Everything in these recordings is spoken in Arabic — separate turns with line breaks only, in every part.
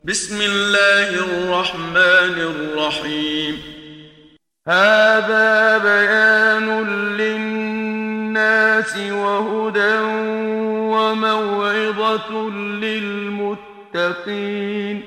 بسم الله الرحمن الرحيم. هذا بيان للناس وهدى وموعظة للمتقين.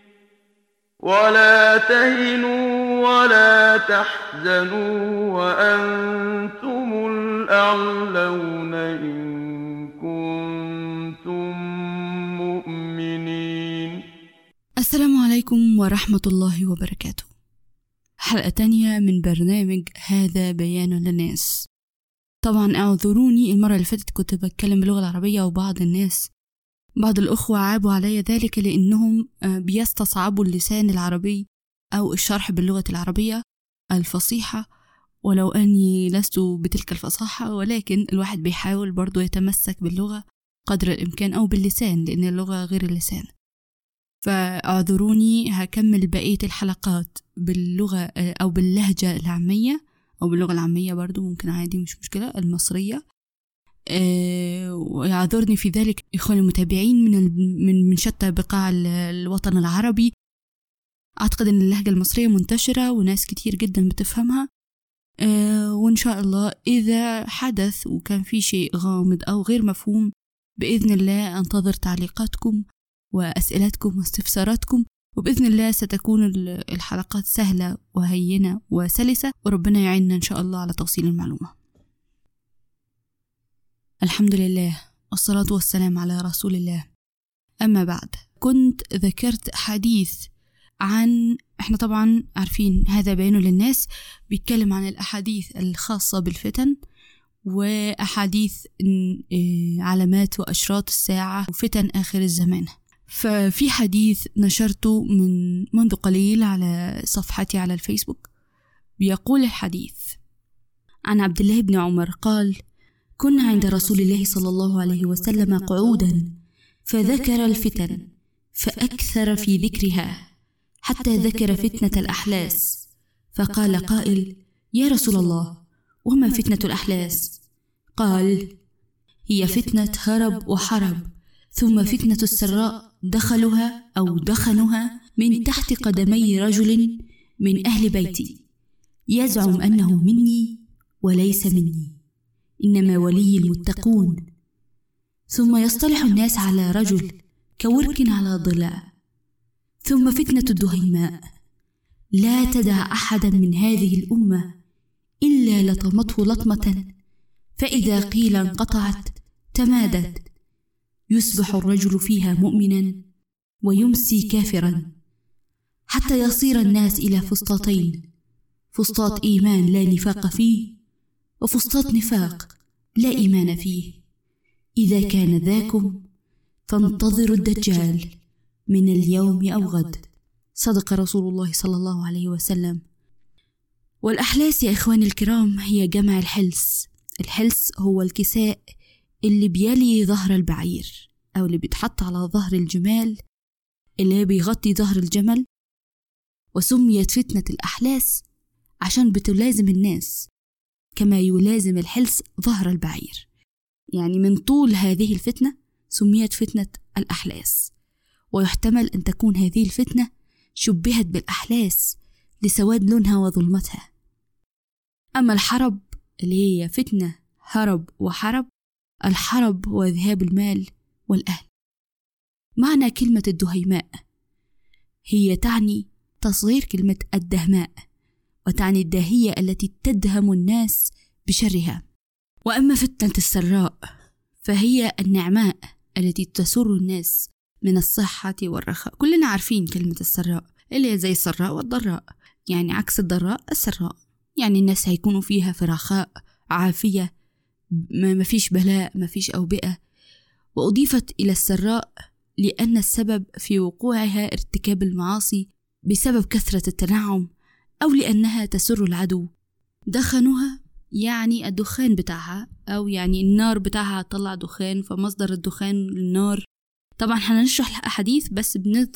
ولا تهنوا ولا تحزنوا وأنتم الأعلون إن كنتم مؤمنين.
السلام عليكم ورحمة الله وبركاته. حلقة تانية من برنامج هذا بيان للناس. طبعا اعذروني، المرة اللي فاتت كنت بتكلم باللغة العربية وبعض الناس بعض الأخوة عابوا علي ذلك لأنهم بيستصعبوا اللسان العربي أو الشرح باللغة العربية الفصيحة، ولو أني لست بتلك الفصاحة، ولكن الواحد بيحاول برضو يتمسك باللغة قدر الإمكان أو باللسان، لأن اللغة غير اللسان. فاعذروني، هكمل بقية الحلقات باللغة أو باللهجة العامية أو باللغة العامية برضو ممكن عادي، مش مشكلة، المصرية. ويعذرني في ذلك إخواني المتابعين من شتى بقاع الوطن العربي. أعتقد أن اللهجة المصرية منتشرة وناس كتير جدا بتفهمها، وإن شاء الله إذا حدث وكان في شيء غامض أو غير مفهوم بإذن الله أنتظر تعليقاتكم وأسئلتكم واستفساراتكم، وبإذن الله ستكون الحلقات سهلة وهينة وسلسة، وربنا يعيننا إن شاء الله على توصيل المعلومة. الحمد لله والصلاة والسلام على رسول الله. أما بعد، كنت ذكرت حديث عن، احنا طبعا عارفين هذا بيان للناس بيتكلم عن الأحاديث الخاصة بالفتن وأحاديث علامات وأشراط الساعة وفتن آخر الزمان. ففي حديث نشرته منذ قليل على صفحتي على الفيسبوك، بيقول الحديث عن عبد الله بن عمر قال: كنا عند رسول الله صلى الله عليه وسلم قعودا، فذكر الفتن فأكثر في ذكرها حتى ذكر فتنة الأحلاس، فقال قائل: يا رسول الله، وما فتنة الأحلاس؟ قال: هي فتنة هرب وحرب، ثم فتنة السراء دخلها أو دخنها من تحت قدمي رجل من أهل بيتي يزعم أنه مني وليس مني، إنما ولي المتقون. ثم يصطلح الناس على رجل كورك على ضلع. ثم فتنة الدهيماء، لا تدع أحدا من هذه الأمة إلا لطمته لطمة، فإذا قيل انقطعت تمادت، يصبح الرجل فيها مؤمنا ويمسي كافرا، حتى يصير الناس إلى فسطاطين: فسطاط إيمان لا نفاق فيه، وفسطاط نفاق لا إيمان فيه. إذا كان ذاكم فانتظروا الدجال من اليوم أو غد. صدق رسول الله صلى الله عليه وسلم. والأحلاس يا إخواني الكرام هي جمع الحلس. الحلس هو الكساء اللي بيلي ظهر البعير أو اللي بيتحط على ظهر الجمال، اللي بيغطي ظهر الجمل. وسميت فتنة الأحلاس عشان بتلازم الناس كما يلازم الحلس ظهر البعير، يعني من طول هذه الفتنة سميت فتنة الأحلاس. ويحتمل أن تكون هذه الفتنة شبهت بالأحلاس لسواد لونها وظلمتها. أما الحرب اللي هي فتنة هرب وحرب، الحرب هو ذهاب المال والأهل. معنى كلمة الدهيماء هي تعني تصغير كلمة الدهماء، وتعني الداهية التي تدهم الناس بشرها. وأما فتنة السراء فهي النعماء التي تسر الناس من الصحة والرخاء. كلنا عارفين كلمة السراء اللي هي زي السراء والضراء، يعني عكس الضراء السراء، يعني الناس هيكونوا فيها في رخاء عافية، ما فيش بلاء، ما فيش أوبئة. وأضيفت إلى السراء لأن السبب في وقوعها ارتكاب المعاصي بسبب كثرة التنعم، أو لأنها تسر العدو. دخنها يعني الدخان بتاعها، أو يعني النار بتاعها طلع دخان، فمصدر الدخان النار. طبعا هنشرح الأحاديث بس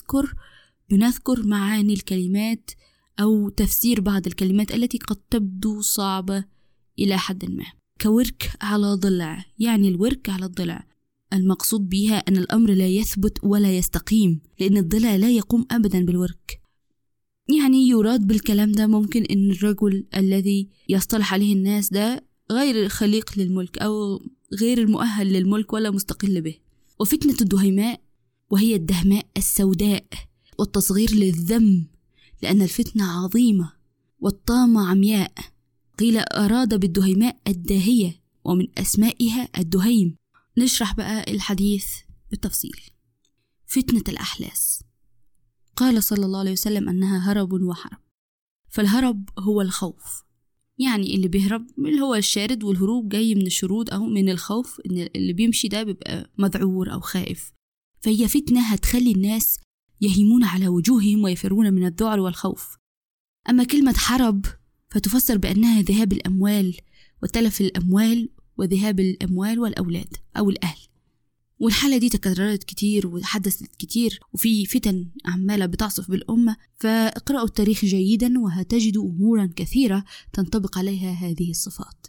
بنذكر معاني الكلمات أو تفسير بعض الكلمات التي قد تبدو صعبة إلى حد ما. كورك على ضلع، يعني الورك على الضلع. المقصود بها أن الأمر لا يثبت ولا يستقيم، لأن الضلع لا يقوم أبدا بالورك. يعني يراد بالكلام ده ممكن أن الرجل الذي يصطلح عليه الناس ده غير خليق للملك أو غير المؤهل للملك ولا مستقل به. وفتنة الدهيماء وهي الدهماء السوداء، والتصغير للذم لأن الفتنة عظيمة والطامة عمياء. قيل أراد بالدهيماء الداهية، ومن أسمائها الدهيم. نشرح بقى الحديث بالتفصيل. فتنة الأحلاس، قال صلى الله عليه وسلم أنها هرب وحرب. فالهرب هو الخوف، يعني اللي بيهرب اللي هو الشارد، والهروب جاي من الشرود أو من الخوف، إن اللي بيمشي ده بيبقى مذعور أو خائف. فهي فتنة هتخلي الناس يهيمون على وجوههم ويفرون من الذعر والخوف. أما كلمة حرب فتفسر بأنها ذهاب الأموال وتلف الأموال وذهاب الأموال والأولاد أو الأهل. والحالة دي تكررت كتير وحدثت كتير، وفي فتن عمالة بتعصف بالأمة. فاقرأوا التاريخ جيدا وهتجدوا أمورا كثيرة تنطبق عليها هذه الصفات.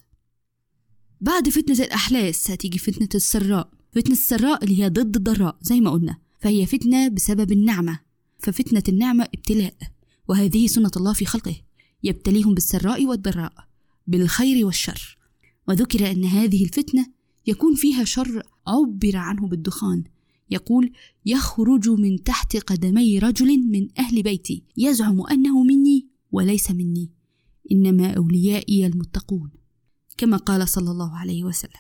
بعد فتنة الأحلاس هتيجي فتنة السراء. فتنة السراء اللي هي ضد الضراء زي ما قلنا، فهي فتنة بسبب النعمة. ففتنة النعمة ابتلاء، وهذه سنة الله في خلقه، يبتليهم بالسراء والضراء، بالخير والشر. وذكر أن هذه الفتنة يكون فيها شر عبر عنه بالدخان. يقول: يخرج من تحت قدمي رجل من أهل بيتي يزعم أنه مني وليس مني، إنما أوليائي المتقون، كما قال صلى الله عليه وسلم.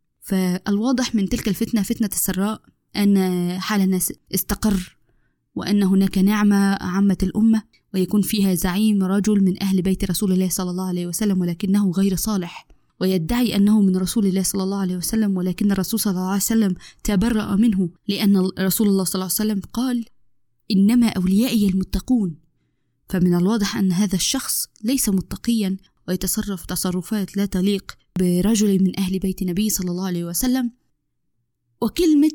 فالواضح من تلك الفتنة، فتنة السراء، أن حال الناس استقر، وأن هناك نعمة عامة الأمة، ويكون فيها زعيم رجل من أهل بيت رسول الله صلى الله عليه وسلم ولكنه غير صالح، ويدعي أنه من رسول الله صلى الله عليه وسلم، ولكن الرسول صلى الله عليه وسلم تبرأ منه، لأن رسول الله صلى الله عليه وسلم قال: إنما أوليائي المتقون. فمن الواضح أن هذا الشخص ليس متقيا ويتصرف تصرفات لا تليق برجل من أهل بيت النبي صلى الله عليه وسلم. وكلمة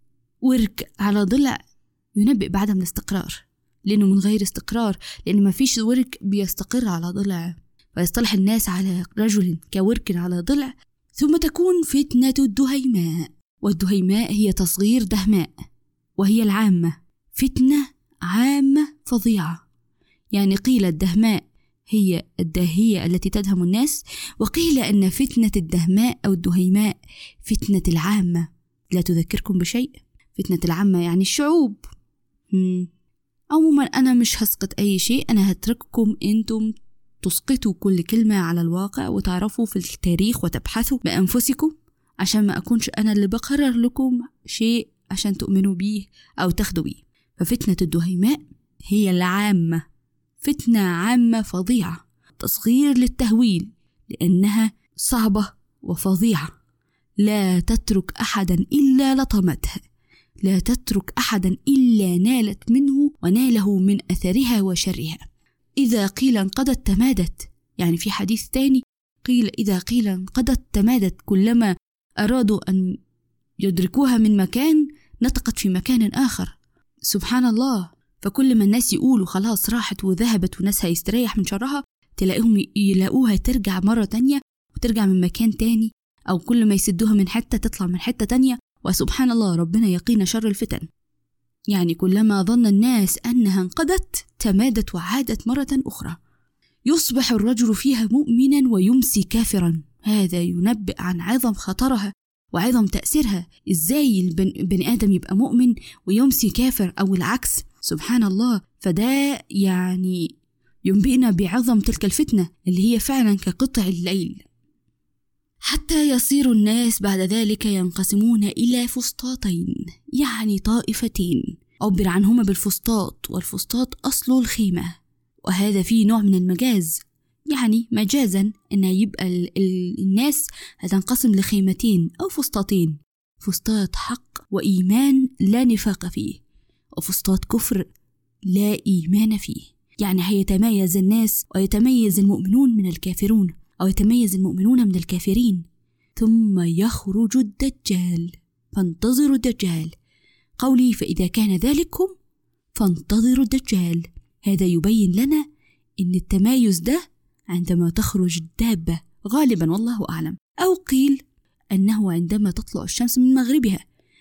ورك على ضلع ينبئ بعدم الاستقرار، لأنه من غير استقرار، لأن ما فيش ورك بيستقر على ضلع، ويصطلح الناس على رجل كورك على ضلع. ثم تكون فتنة الدهيماء، والدهيماء هي تصغير دهماء، وهي العامة، فتنة عامة فظيعة. يعني قيل الدهماء هي الداهية التي تدهم الناس، وقيل أن فتنة الدهماء أو الدهيماء فتنة العامة. لا تذكركم بشيء؟ فتنة العامة يعني الشعوب. عموما أنا مش هسقط أي شيء، أنا هترككم أنتم تسقطوا كل كلمة على الواقع وتعرفوا في التاريخ وتبحثوا بأنفسكم، عشان ما أكونش أنا اللي بقرر لكم شيء عشان تؤمنوا بيه أو تاخدوا بيه. ففتنة الدهيماء هي العامة، فتنة عامة فظيعة، تصغير للتهويل، لأنها صعبة وفظيعة. لا تترك أحدا إلا لطمته، لا تترك أحدا إلا نالت منه وناله من أثرها وشرها. إذا قيل انقضت تمادت، يعني في حديث تاني قيل إذا قيل انقضت تمادت، كلما أرادوا أن يدركوها من مكان نطقت في مكان آخر. سبحان الله. فكل ما الناس يقولوا خلاص راحت وذهبت وناس هيستريح من شرها، تلاقيهم يلاقوها ترجع مرة تانية وترجع من مكان تاني، أو كل ما يسدوها من حتة تطلع من حتة تانية. وسبحان الله، ربنا يقينا شر الفتن. يعني كلما ظن الناس أنها انقضت تمادت وعادت مرة أخرى. يصبح الرجل فيها مؤمنا ويمسي كافرا. هذا ينبئ عن عظم خطرها وعظم تأثيرها. إزاي البني آدم يبقى مؤمن ويمسي كافر أو العكس؟ سبحان الله. فده يعني ينبئنا بعظم تلك الفتنة اللي هي فعلا كقطع الليل. حتى يصير الناس بعد ذلك ينقسمون إلى فسطاطين، يعني طائفتين عبر عنهما بالفسطاط، والفسطاط أصل الخيمة، وهذا فيه نوع من المجاز، يعني مجازا أن يبقى الناس هتنقسم لخيمتين أو فسطاطين، فسطاط حق وإيمان لا نفاق فيه، وفسطاط كفر لا إيمان فيه. يعني هيتميز الناس ويتميز المؤمنون من الكافرون، أو يتميز المؤمنون من الكافرين. ثم يخرج الدجال، فانتظروا الدجال. قولي فإذا كان ذلكم فانتظروا الدجال، هذا يبين لنا أن التمايز ده عندما تخرج الدابة غالبا، والله أعلم، أو قيل أنه عندما تطلع الشمس من مغربها،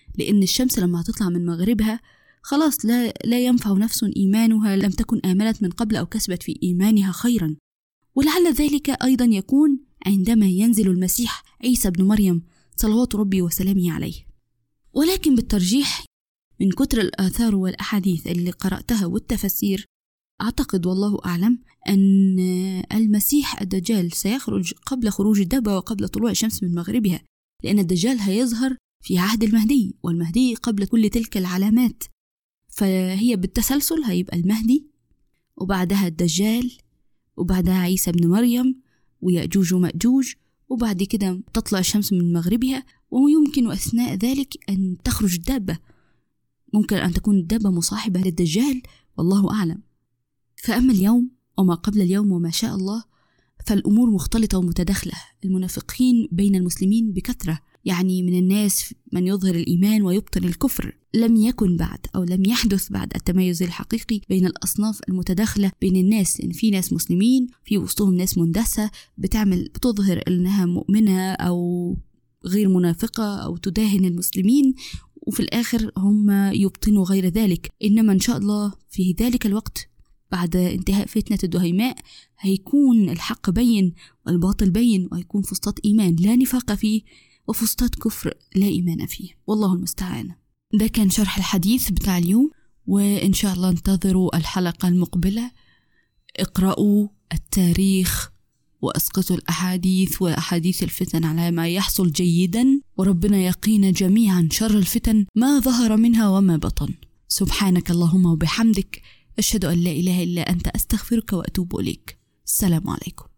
لأن الشمس لما هتطلع من مغربها خلاص لا ينفع نفس إيمانها لم تكن آمنت من قبل أو كسبت في إيمانها خيرا. ولعل ذلك أيضا يكون عندما ينزل المسيح عيسى بن مريم صلوات ربي وسلامه عليه. ولكن بالترجيح من كتر الآثار والأحاديث اللي قرأتها والتفسير، أعتقد والله أعلم أن المسيح الدجال سيخرج قبل خروج الدابة وقبل طلوع الشمس من مغربها، لأن الدجال هيظهر في عهد المهدي، والمهدي قبل كل تلك العلامات، فهي بالتسلسل هيبقى المهدي وبعدها الدجال وبعدها عيسى بن مريم ويأجوج ومأجوج، وبعد كده تطلع الشمس من مغربها، ويمكن أثناء ذلك أن تخرج الدابة، ممكن أن تكون الدابة مصاحبة للدجال والله أعلم. فأما اليوم وما قبل اليوم وما شاء الله فالأمور مختلطة ومتداخلة. المنافقين بين المسلمين بكثرة، يعني من الناس من يظهر الإيمان ويبطل الكفر. لم يكن بعد أو لم يحدث بعد التميز الحقيقي بين الأصناف المتداخلة بين الناس، لأن في ناس مسلمين في وسطهم ناس مندسة بتظهر أنها مؤمنة أو غير منافقة أو تداهن المسلمين، وفي الآخر هم يبطنوا غير ذلك. إنما إن شاء الله في ذلك الوقت بعد انتهاء فتنة الدهيماء هيكون الحق بين والباطل بين، وهيكون فسطاط إيمان لا نفاق فيه وفسطاط كفر لا إيمان فيه، والله المستعان. ده كان شرح الحديث بتاع اليوم، وإن شاء الله انتظروا الحلقة المقبلة. اقرأوا التاريخ وأسقطوا الأحاديث وأحاديث الفتن على ما يحصل جيدا، وربنا يقينا جميعا شر الفتن ما ظهر منها وما بطن. سبحانك اللهم وبحمدك، أشهد أن لا إله إلا أنت، أستغفرك وأتوب إليك. السلام عليكم.